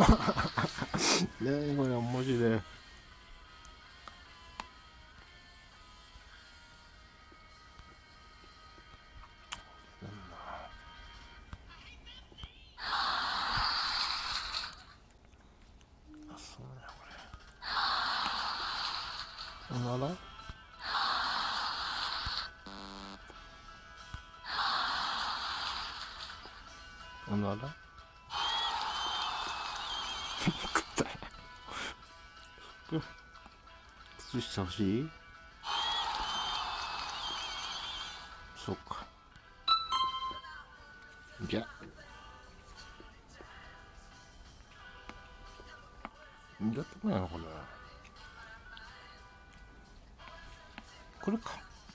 ねえ、これ面白い。あ、そうね、これ。おならおなら食ったよ。靴下欲しい？そうか。じゃじゃってこないのこれ。これか。